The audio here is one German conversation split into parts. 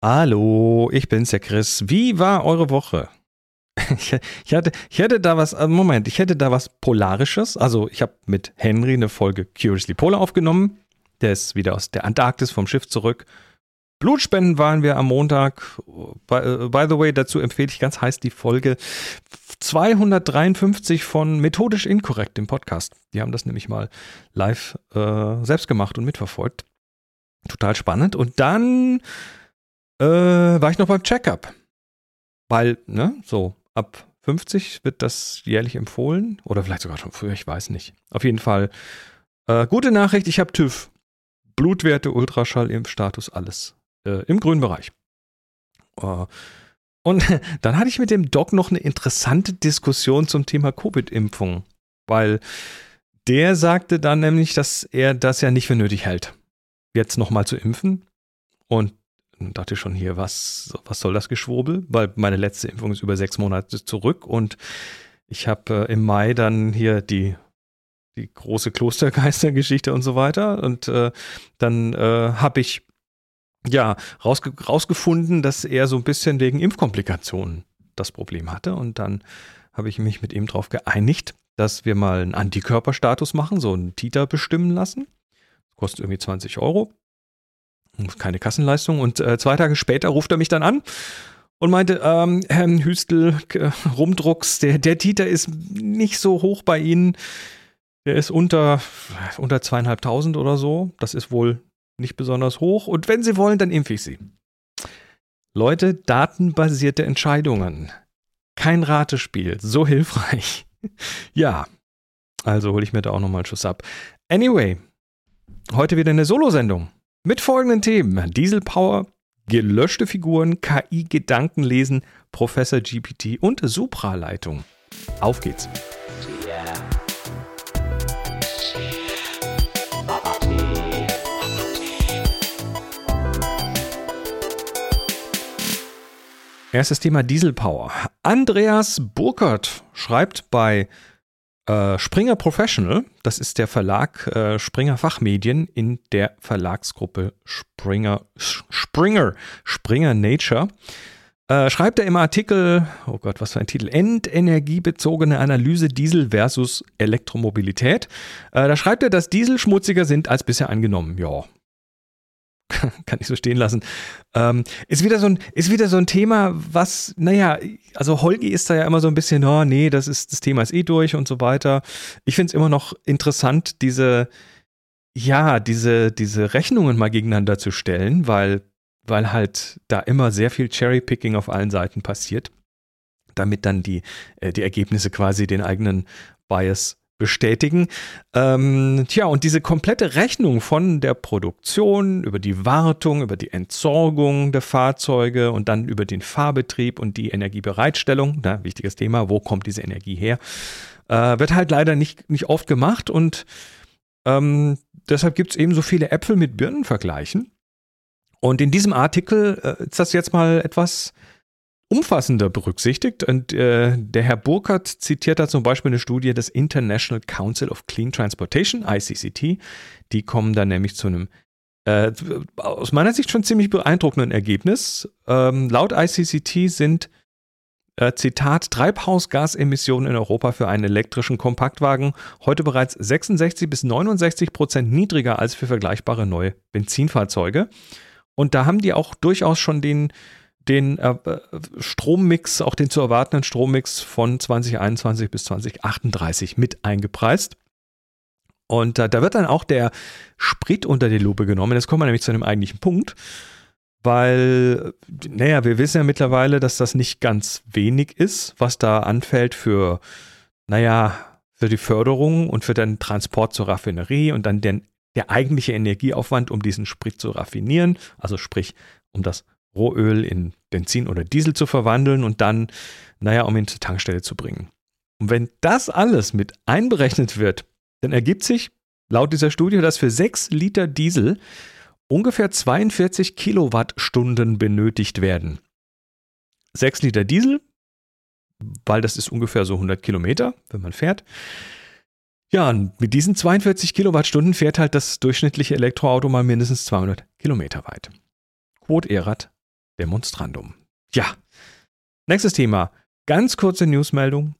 Hallo, ich bin's, der Chris. Wie war eure Woche? Ich hätte da was Polarisches. Also ich habe mit Henry eine Folge Curiously Polar aufgenommen. Der ist wieder aus der Antarktis vom Schiff zurück. Blutspenden waren wir am Montag. By the way, dazu empfehle ich ganz heiß die Folge 253 von Methodisch Inkorrekt, dem Podcast. Die haben das nämlich mal live selbst gemacht und mitverfolgt. Total spannend. Und dann war ich noch beim Check-up. Weil, so ab 50 wird das jährlich empfohlen. Oder vielleicht sogar schon früher, ich weiß nicht. Auf jeden Fall, gute Nachricht, ich habe TÜV. Blutwerte, Ultraschall, Impfstatus, alles im grünen Bereich. Und dann hatte ich mit dem Doc noch eine interessante Diskussion zum Thema Covid-Impfung. Weil der sagte dann nämlich, dass er das ja nicht für nötig hält, jetzt nochmal zu impfen. Und dann dachte ich schon hier, was soll das Geschwurbel? Weil meine letzte Impfung ist über 6 Monate zurück und ich habe im Mai dann hier die große Klostergeistergeschichte und so weiter. Und dann habe ich rausgefunden, dass er so ein bisschen wegen Impfkomplikationen das Problem hatte. Und dann habe ich mich mit ihm darauf geeinigt, dass wir mal einen Antikörperstatus machen, so einen Titer bestimmen lassen. Kostet irgendwie 20 €. Keine Kassenleistung. Und 2 Tage später ruft er mich dann an und meinte, Herr Hüstel, Rumdrucks, der Titer ist nicht so hoch bei Ihnen. Der ist unter 2.500 oder so. Das ist wohl nicht besonders hoch. Und wenn Sie wollen, dann impfe ich Sie. Leute, datenbasierte Entscheidungen. Kein Ratespiel. So hilfreich. Ja, also hole ich mir da auch nochmal einen Schuss ab. Anyway, heute wieder eine Solo-Sendung. Mit folgenden Themen: Dieselpower, gelöschte Figuren, KI-Gedankenlesen, Professor GPT und Supraleitung. Auf geht's. Erstes Thema: Dieselpower. Andreas Burkert schreibt bei Springer Professional, das ist der Verlag Springer Fachmedien in der Verlagsgruppe Springer Nature, schreibt er im Artikel, oh Gott, was für ein Titel, Endenergiebezogene Analyse Diesel versus Elektromobilität. Da schreibt er, dass Diesel schmutziger sind als bisher angenommen. Ja, kann ich so stehen lassen. Ist wieder so ein Thema, was, also Holgi ist da ja immer so ein bisschen, das Thema ist durch und so weiter. Ich finde es immer noch interessant, diese Rechnungen mal gegeneinander zu stellen, weil halt da immer sehr viel Cherrypicking auf allen Seiten passiert, damit dann die Ergebnisse quasi den eigenen Bias bestätigen. Und diese komplette Rechnung von der Produktion über die Wartung, über die Entsorgung der Fahrzeuge und dann über den Fahrbetrieb und die Energiebereitstellung, wichtiges Thema, wo kommt diese Energie her, wird halt leider nicht oft gemacht und deshalb gibt es eben so viele Äpfel mit Birnen vergleichen. Und in diesem Artikel ist das jetzt mal etwas umfassender berücksichtigt. Und der Herr Burkert zitiert da zum Beispiel eine Studie des International Council of Clean Transportation, ICCT. Die kommen dann nämlich zu einem aus meiner Sicht schon ziemlich beeindruckenden Ergebnis. Laut ICCT sind Zitat, Treibhausgasemissionen in Europa für einen elektrischen Kompaktwagen heute bereits 66-69% niedriger als für vergleichbare neue Benzinfahrzeuge. Und da haben die auch durchaus schon den Strommix, auch den zu erwartenden Strommix von 2021 bis 2038 mit eingepreist. Und da wird dann auch der Sprit unter die Lupe genommen. Jetzt kommen wir nämlich zu einem eigentlichen Punkt, weil, wir wissen ja mittlerweile, dass das nicht ganz wenig ist, was da anfällt für die Förderung und für den Transport zur Raffinerie und dann der eigentliche Energieaufwand, um diesen Sprit zu raffinieren, also sprich, um das Rohöl in Benzin oder Diesel zu verwandeln und dann, um ihn zur Tankstelle zu bringen. Und wenn das alles mit einberechnet wird, dann ergibt sich laut dieser Studie, dass für 6 Liter Diesel ungefähr 42 Kilowattstunden benötigt werden. 6 Liter Diesel, weil das ist ungefähr so 100 Kilometer, wenn man fährt. Ja, und mit diesen 42 Kilowattstunden fährt halt das durchschnittliche Elektroauto mal mindestens 200 Kilometer weit. Quod erat, Demonstrandum. Ja, nächstes Thema. Ganz kurze Newsmeldung.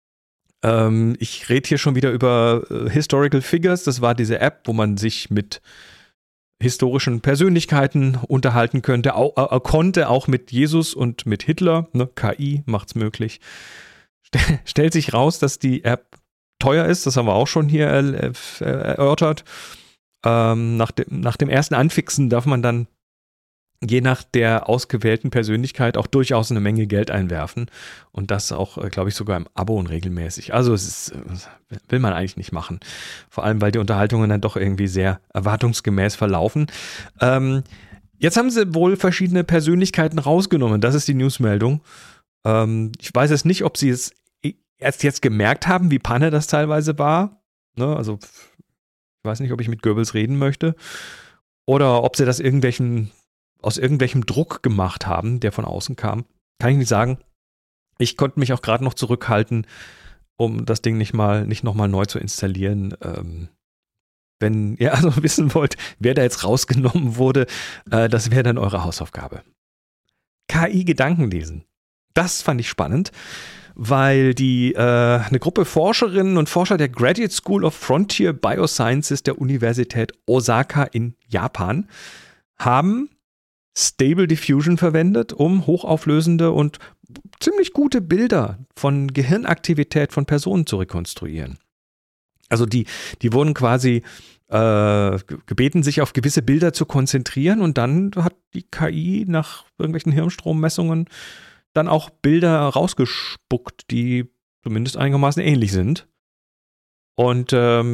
Ich rede hier schon wieder über Historical Figures. Das war diese App, wo man sich mit historischen Persönlichkeiten unterhalten konnte, auch mit Jesus und mit Hitler. Ne? KI macht's möglich. Stellt sich raus, dass die App teuer ist. Das haben wir auch schon hier erörtert. Nach dem ersten Anfixen darf man dann je nach der ausgewählten Persönlichkeit auch durchaus eine Menge Geld einwerfen. Und das auch, glaube ich, sogar im Abo und regelmäßig. Also will man eigentlich nicht machen. Vor allem, weil die Unterhaltungen dann doch irgendwie sehr erwartungsgemäß verlaufen. Jetzt haben sie wohl verschiedene Persönlichkeiten rausgenommen. Das ist die Newsmeldung. Ich weiß jetzt nicht, ob sie es erst jetzt gemerkt haben, wie Panne das teilweise war. Ne? Also ich weiß nicht, ob ich mit Goebbels reden möchte. Oder ob sie das aus irgendwelchem Druck gemacht haben, der von außen kam. Kann ich nicht sagen. Ich konnte mich auch gerade noch zurückhalten, um das Ding nicht nochmal neu zu installieren. Wenn ihr also wissen wollt, wer da jetzt rausgenommen wurde, das wäre dann eure Hausaufgabe. KI-Gedankenlesen. Das fand ich spannend, weil eine Gruppe Forscherinnen und Forscher der Graduate School of Frontier Biosciences der Universität Osaka in Japan haben Stable Diffusion verwendet, um hochauflösende und ziemlich gute Bilder von Gehirnaktivität von Personen zu rekonstruieren. Also die wurden quasi gebeten, sich auf gewisse Bilder zu konzentrieren, und dann hat die KI nach irgendwelchen Hirnstrommessungen dann auch Bilder rausgespuckt, die zumindest einigermaßen ähnlich sind. Und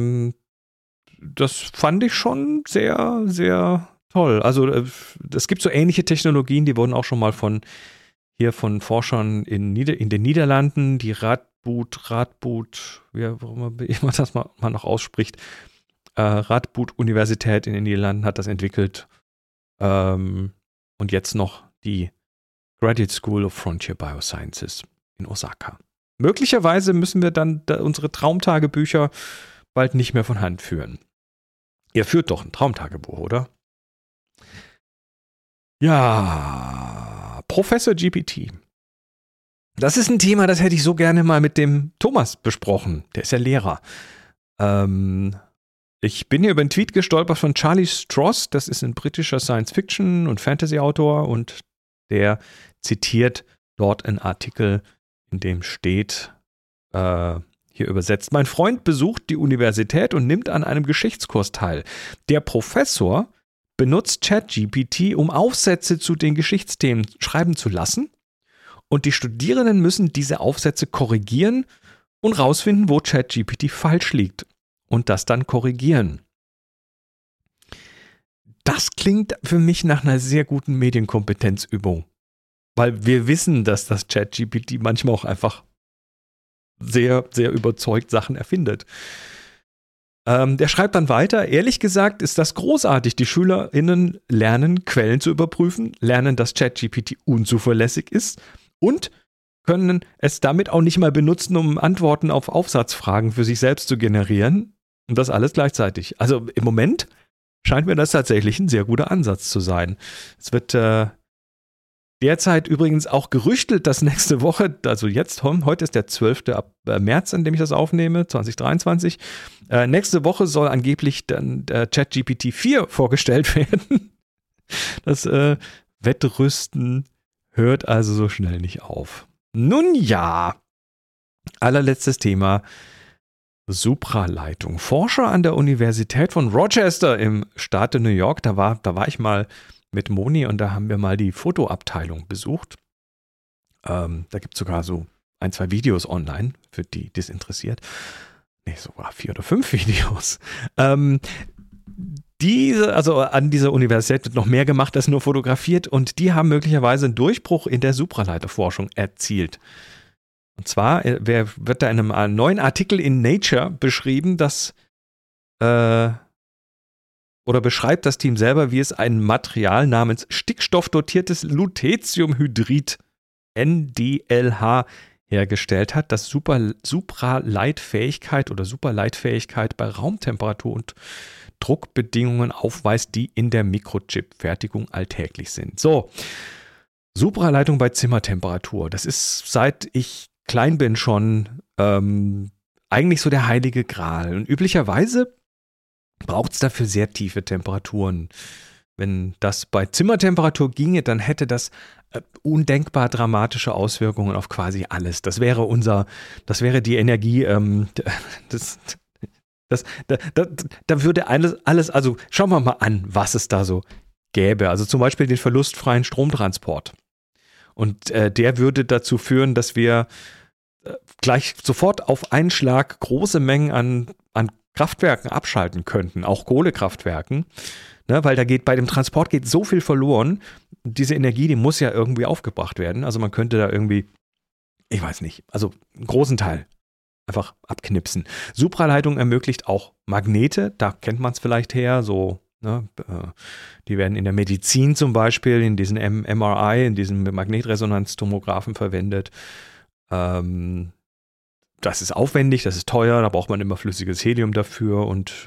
das fand ich schon sehr, sehr toll. Also es gibt so ähnliche Technologien, die wurden auch schon mal von Forschern in den Niederlanden, die Radboud, wie man das mal noch ausspricht, Radboud-Universität in den Niederlanden hat das entwickelt. Und jetzt noch die Graduate School of Frontier Biosciences in Osaka. Möglicherweise müssen wir dann unsere Traumtagebücher bald nicht mehr von Hand führen. Ihr führt doch ein Traumtagebuch, oder? Ja, Professor GPT. Das ist ein Thema, das hätte ich so gerne mal mit dem Thomas besprochen. Der ist ja Lehrer. Ich bin hier über einen Tweet gestolpert von Charlie Stross. Das ist ein britischer Science-Fiction- und Fantasy-Autor, und der zitiert dort einen Artikel, in dem steht, hier übersetzt: Mein Freund besucht die Universität und nimmt an einem Geschichtskurs teil. Der Professor benutzt ChatGPT, um Aufsätze zu den Geschichtsthemen schreiben zu lassen, und die Studierenden müssen diese Aufsätze korrigieren und rausfinden, wo ChatGPT falsch liegt, und das dann korrigieren. Das klingt für mich nach einer sehr guten Medienkompetenzübung, weil wir wissen, dass das ChatGPT manchmal auch einfach sehr, sehr überzeugt Sachen erfindet. Der schreibt dann weiter: Ehrlich gesagt ist das großartig. Die SchülerInnen lernen, Quellen zu überprüfen, lernen, dass ChatGPT unzuverlässig ist und können es damit auch nicht mal benutzen, um Antworten auf Aufsatzfragen für sich selbst zu generieren. Und das alles gleichzeitig. Also im Moment scheint mir das tatsächlich ein sehr guter Ansatz zu sein. Es wird derzeit übrigens auch gerüchtelt, dass nächste Woche, also heute ist der 12. März, an dem ich das aufnehme, 2023. Nächste Woche soll angeblich dann ChatGPT 4 vorgestellt werden. Das Wettrüsten hört also so schnell nicht auf. Nun ja, allerletztes Thema: Supraleitung. Forscher an der Universität von Rochester im Staate New York, da war ich mal mit Moni, und da haben wir mal die Fotoabteilung besucht. Da gibt es sogar so 1, 2 Videos online, für die das interessiert. Nee, sogar 4 oder 5 Videos. An dieser Universität wird noch mehr gemacht als nur fotografiert, und die haben möglicherweise einen Durchbruch in der Supraleiterforschung erzielt. Und zwar wird da in einem neuen Artikel in Nature beschrieben, beschreibt das Team selber, wie es ein Material namens stickstoffdotiertes Lutetiumhydrid NDLH hergestellt hat, das Supraleitfähigkeit bei Raumtemperatur und Druckbedingungen aufweist, die in der Mikrochip-Fertigung alltäglich sind. So, Supraleitung bei Zimmertemperatur. Das ist, seit ich klein bin, schon eigentlich so der heilige Gral. Und üblicherweise braucht es dafür sehr tiefe Temperaturen. Wenn das bei Zimmertemperatur ginge, dann hätte das undenkbar dramatische Auswirkungen auf quasi alles. Das wäre die Energie, da würde alles, also schauen wir mal an, was es da so gäbe. Also zum Beispiel den verlustfreien Stromtransport. Und der würde dazu führen, dass wir gleich sofort auf einen Schlag große Mengen an Kraftwerken abschalten könnten, auch Kohlekraftwerken, ne, weil bei dem Transport geht so viel verloren. Diese Energie, die muss ja irgendwie aufgebracht werden. Also man könnte da irgendwie, ich weiß nicht, also einen großen Teil einfach abknipsen. Supraleitung ermöglicht auch Magnete, da kennt man es vielleicht her, so, ne, die werden in der Medizin zum Beispiel, in diesen MRI, in diesen Magnetresonanztomographen verwendet. Das ist aufwendig, das ist teuer, da braucht man immer flüssiges Helium dafür und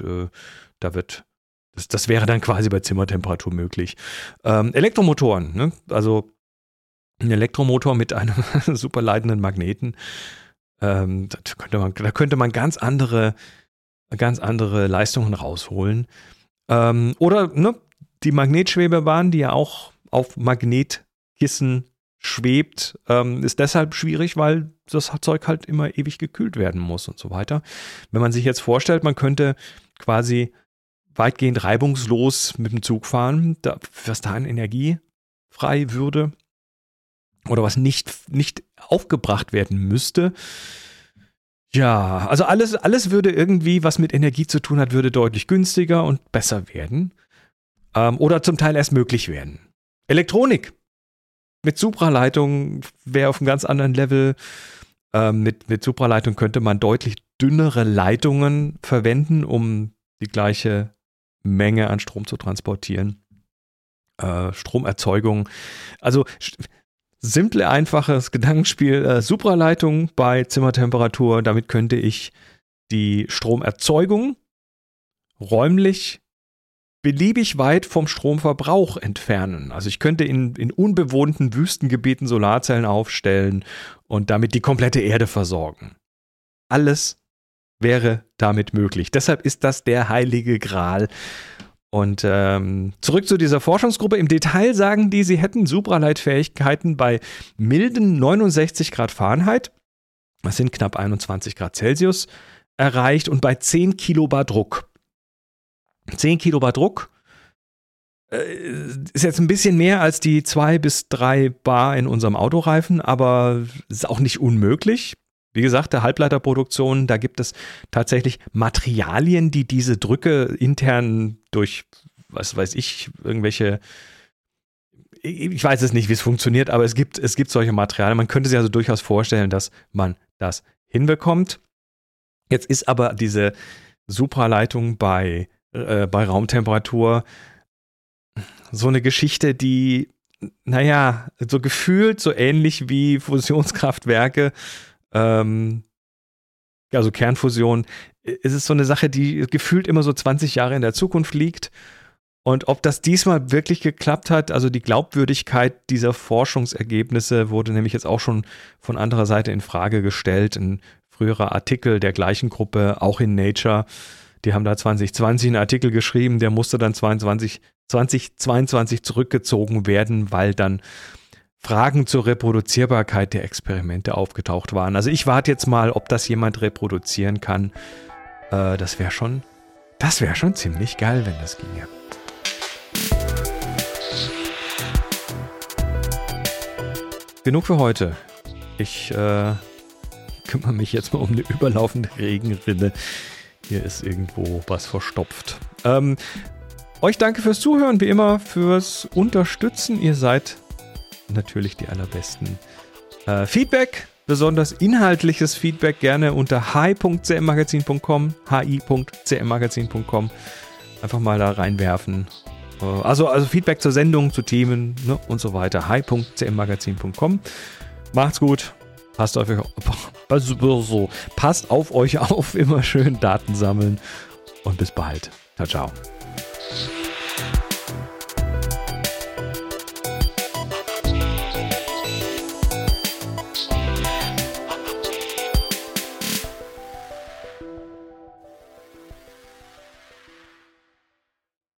das wäre dann quasi bei Zimmertemperatur möglich. Elektromotoren, ne? Also ein Elektromotor mit einem superleitenden Magneten, da könnte man ganz andere Leistungen rausholen. Oder ne, die Magnetschwebebahn, die ja auch auf Magnetkissen schwebt, ist deshalb schwierig, weil das Zeug halt immer ewig gekühlt werden muss und so weiter. Wenn man sich jetzt vorstellt, man könnte quasi weitgehend reibungslos mit dem Zug fahren, was da an Energie frei würde oder was nicht aufgebracht werden müsste. Ja, also alles würde irgendwie, was mit Energie zu tun hat, würde deutlich günstiger und besser werden. Oder zum Teil erst möglich werden. Elektronik mit Supraleitung wäre auf einem ganz anderen Level. Mit Supraleitung könnte man deutlich dünnere Leitungen verwenden, um die gleiche Menge an Strom zu transportieren. Stromerzeugung. Also simple, einfaches Gedankenspiel. Supraleitung bei Zimmertemperatur. Damit könnte ich die Stromerzeugung räumlich beliebig weit vom Stromverbrauch entfernen. Also ich könnte in unbewohnten Wüstengebieten Solarzellen aufstellen und damit die komplette Erde versorgen. Alles wäre damit möglich. Deshalb ist das der heilige Gral. Und zurück zu dieser Forschungsgruppe. Im Detail sagen die, sie hätten Supraleitfähigkeiten bei milden 69 Grad Fahrenheit, das sind knapp 21 Grad Celsius, erreicht und bei 10 Kilobar Druck. 10 Kilobar Druck ist jetzt ein bisschen mehr als die 2 bis 3 Bar in unserem Autoreifen, aber ist auch nicht unmöglich. Wie gesagt, der Halbleiterproduktion, da gibt es tatsächlich Materialien, die diese Drücke intern durch, was weiß ich, irgendwelche, ich weiß es nicht, wie es funktioniert, aber es gibt solche Materialien. Man könnte sich also durchaus vorstellen, dass man das hinbekommt. Jetzt ist aber diese Supraleitung bei Raumtemperatur so eine Geschichte, die, naja, so gefühlt so ähnlich wie Fusionskraftwerke, also Kernfusion, ist es so eine Sache, die gefühlt immer so 20 Jahre in der Zukunft liegt. Und ob das diesmal wirklich geklappt hat, also die Glaubwürdigkeit dieser Forschungsergebnisse wurde nämlich jetzt auch schon von anderer Seite in Frage gestellt. Ein früherer Artikel der gleichen Gruppe, auch in Nature, die haben da 2020 einen Artikel geschrieben, der musste dann 2022 zurückgezogen werden, weil dann Fragen zur Reproduzierbarkeit der Experimente aufgetaucht waren. Also ich warte jetzt mal, ob das jemand reproduzieren kann. Das wäre schon ziemlich geil, wenn das ginge. Genug für heute. Ich kümmere mich jetzt mal um eine überlaufende Regenrinne. Hier ist irgendwo was verstopft. Euch danke fürs Zuhören, wie immer, fürs Unterstützen. Ihr seid natürlich die allerbesten. Feedback, besonders inhaltliches Feedback, gerne unter hi.cmmagazin.com, hi.cmmagazin.com. Einfach mal da reinwerfen. Also Feedback zur Sendung, zu Themen, ne, und so weiter. hi.cmmagazin.com. Macht's gut. Passt auf euch auf, immer schön Daten sammeln und bis bald. Ciao, ciao.